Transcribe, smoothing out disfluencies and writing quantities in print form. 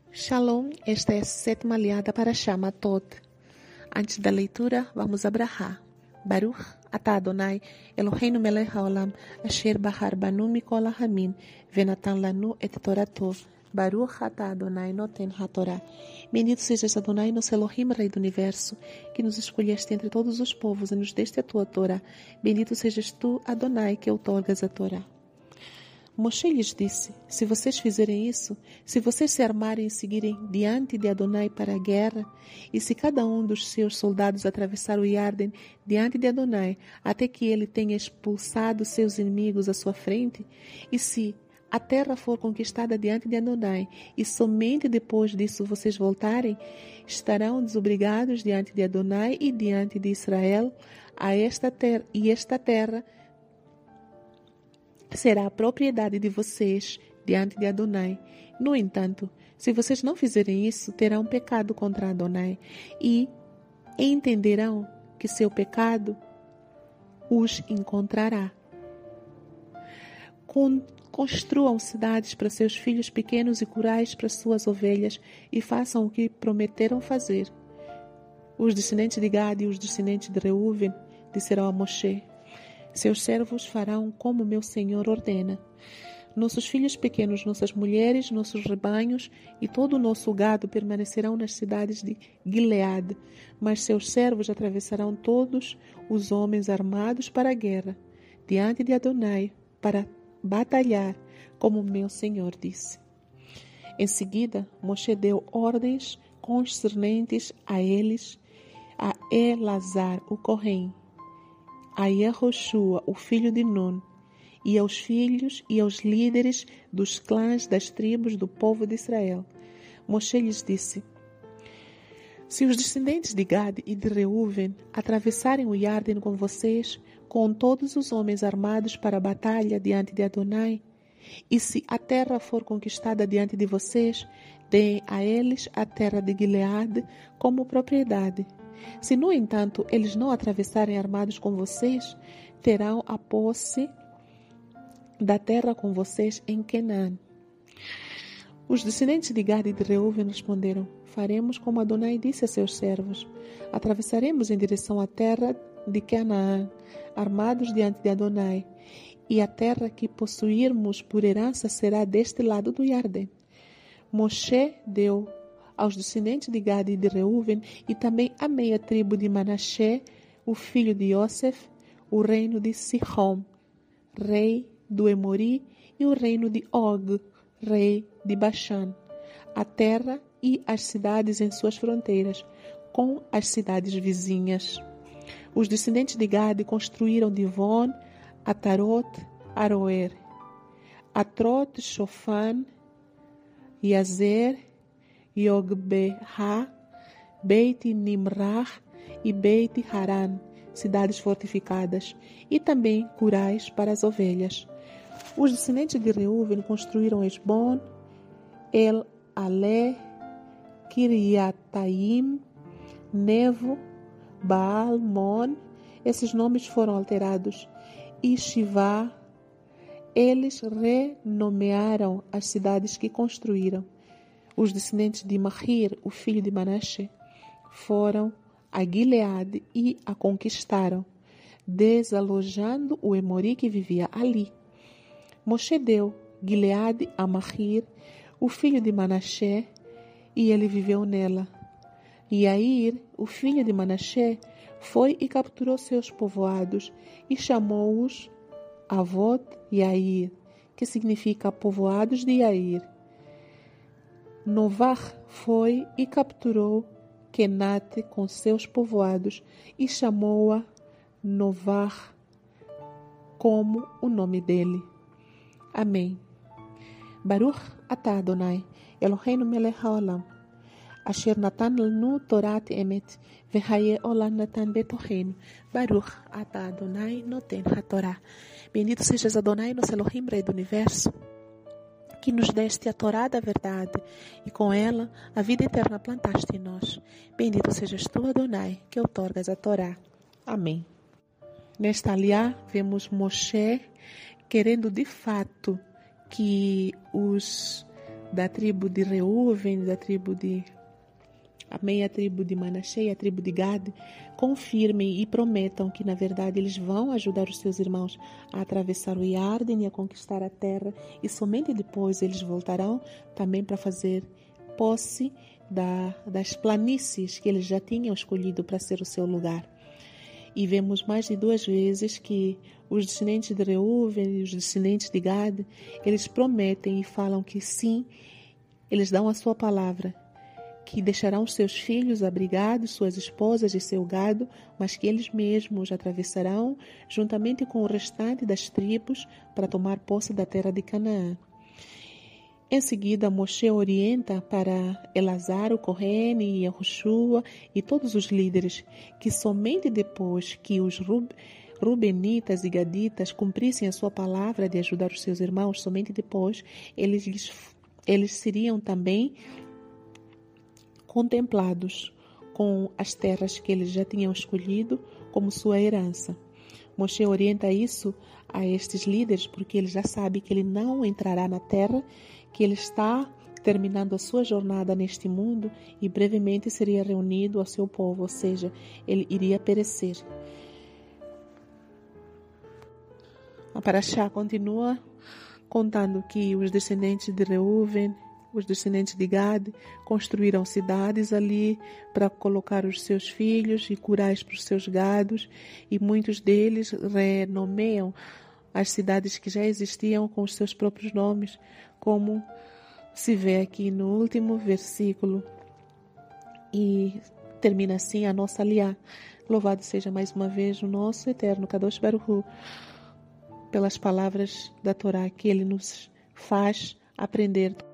Shalom, esta é a 7ª aliada para Shama Tot. Antes da leitura, vamos abrahar. Baruch atah Adonai, Eloheinu melech haolam, asher bahar banu mikol hamin, venatan lanu et torato. Baruch atah Adonai noten hatorá. Bendito sejas Adonai, nosso Elohim, Rei do Universo, que nos escolheste entre todos os povos e nos deste a tua Torá. Bendito sejas tu, Adonai, que outorgas a Torá. Moshe lhes disse, se vocês fizerem isso, se vocês se armarem e seguirem diante de Adonai para a guerra, e se cada um dos seus soldados atravessar o Yarden diante de Adonai, até que ele tenha expulsado seus inimigos à sua frente, e se a terra for conquistada diante de Adonai, e somente depois disso vocês voltarem, estarão desobrigados diante de Adonai e diante de Israel, esta terra será a propriedade de vocês diante de Adonai. No entanto, se vocês não fizerem isso, terão pecado contra Adonai e entenderão que seu pecado os encontrará. Construam cidades para seus filhos pequenos e curais para suas ovelhas e façam o que prometeram fazer. Os descendentes de Gad e os descendentes de Reuven disseram a Moshe, seus servos farão como meu Senhor ordena. Nossos filhos pequenos, nossas mulheres, nossos rebanhos e todo o nosso gado permanecerão nas cidades de Gileade, mas seus servos atravessarão todos os homens armados para a guerra, diante de Adonai, para batalhar, como meu Senhor disse. Em seguida, Moshe deu ordens concernentes a eles, a Elazar, o Cohen, a Yehoshua, o filho de Nun, e aos filhos e aos líderes dos clãs das tribos do povo de Israel. Moshe lhes disse, se os descendentes de Gad e de Reuven atravessarem o Yarden com vocês, com todos os homens armados para a batalha diante de Adonai, e se a terra for conquistada diante de vocês, deem a eles a terra de Gileade como propriedade. Se, no entanto, eles não atravessarem armados com vocês, terão a posse da terra com vocês em Canaã. Os descendentes de Gad e de Reuven responderam, faremos como Adonai disse a seus servos. Atravessaremos em direção à terra de Canaã, armados diante de Adonai, e a terra que possuirmos por herança será deste lado do Yarden. Moshe deu aos descendentes de Gad e de Reuven, e também a meia tribo de Manassé, o filho de Yosef, o reino de Sihon, rei do Emori, e o reino de Og, rei de Bashan, a terra e as cidades em suas fronteiras, com as cidades vizinhas. Os descendentes de Gad construíram Divon, Atarot, Aroer, Atrot, Shofan, Yazer, Yogbeha, Beit Nimrah e Beit Haran, cidades fortificadas, e também curais para as ovelhas. Os descendentes de Reuven construíram Esbon, El-Ale, Kiriataim, Nevo, Baal-Mon, esses nomes foram alterados, e Shivá. Eles renomearam as cidades que construíram. Os descendentes de Mahir, o filho de Manassé, foram a Gileade e a conquistaram, desalojando o Emori que vivia ali. Moshe deu Gileade a Mahir, o filho de Manassé, e ele viveu nela. Yair, o filho de Manassé, foi e capturou seus povoados e chamou-os Avot Yair, que significa povoados de Yair. Novah foi e capturou Kenate com seus povoados e chamou-a Novah como o nome dele. Amém. Baruch atah Adonai, Eloheinu melech haolam, asher natan lanu torat emet, vehaye olam natan betochenu. Baruch atah Adonai noten hatorá. Bendito sejas Adonai, nosso Elohim, Rei do Universo, que nos deste a Torá da verdade, e com ela a vida eterna plantaste em nós. Bendito sejas tu, Adonai, que outorgas a Torá. Amém. Nesta aliá, vemos Moshe querendo de fato que os da tribo de Reuven, a meia tribo de Manassés e a tribo de Gad, confirmem e prometam que, na verdade, eles vão ajudar os seus irmãos a atravessar o Iarden e a conquistar a terra, e somente depois eles voltarão também para fazer posse das planícies que eles já tinham escolhido para ser o seu lugar. E vemos mais de 2 vezes que os descendentes de Reuven e os descendentes de Gad, eles prometem e falam que sim, eles dão a sua palavra, que deixarão seus filhos abrigados, suas esposas e seu gado, mas que eles mesmos atravessarão juntamente com o restante das tribos para tomar posse da terra de Canaã. Em seguida, Moshe orienta para Elazar, o Cohen, e Yehoshua e todos os líderes que somente depois que os Rubenitas e Gaditas cumprissem a sua palavra de ajudar os seus irmãos, somente depois eles seriam também contemplados com as terras que eles já tinham escolhido como sua herança. Moshe orienta isso a estes líderes porque ele já sabe que ele não entrará na terra, que ele está terminando a sua jornada neste mundo e brevemente seria reunido ao seu povo, ou seja, ele iria perecer. A Parashá continua contando que os descendentes de Reuven, os descendentes de Gad, construíram cidades ali para colocar os seus filhos e curais para os seus gados, e muitos deles renomeiam as cidades que já existiam com os seus próprios nomes, como se vê aqui no último versículo. E termina assim a nossa aliá. Louvado seja mais uma vez o nosso eterno Kadosh Baruch Hu, pelas palavras da Torá que ele nos faz aprender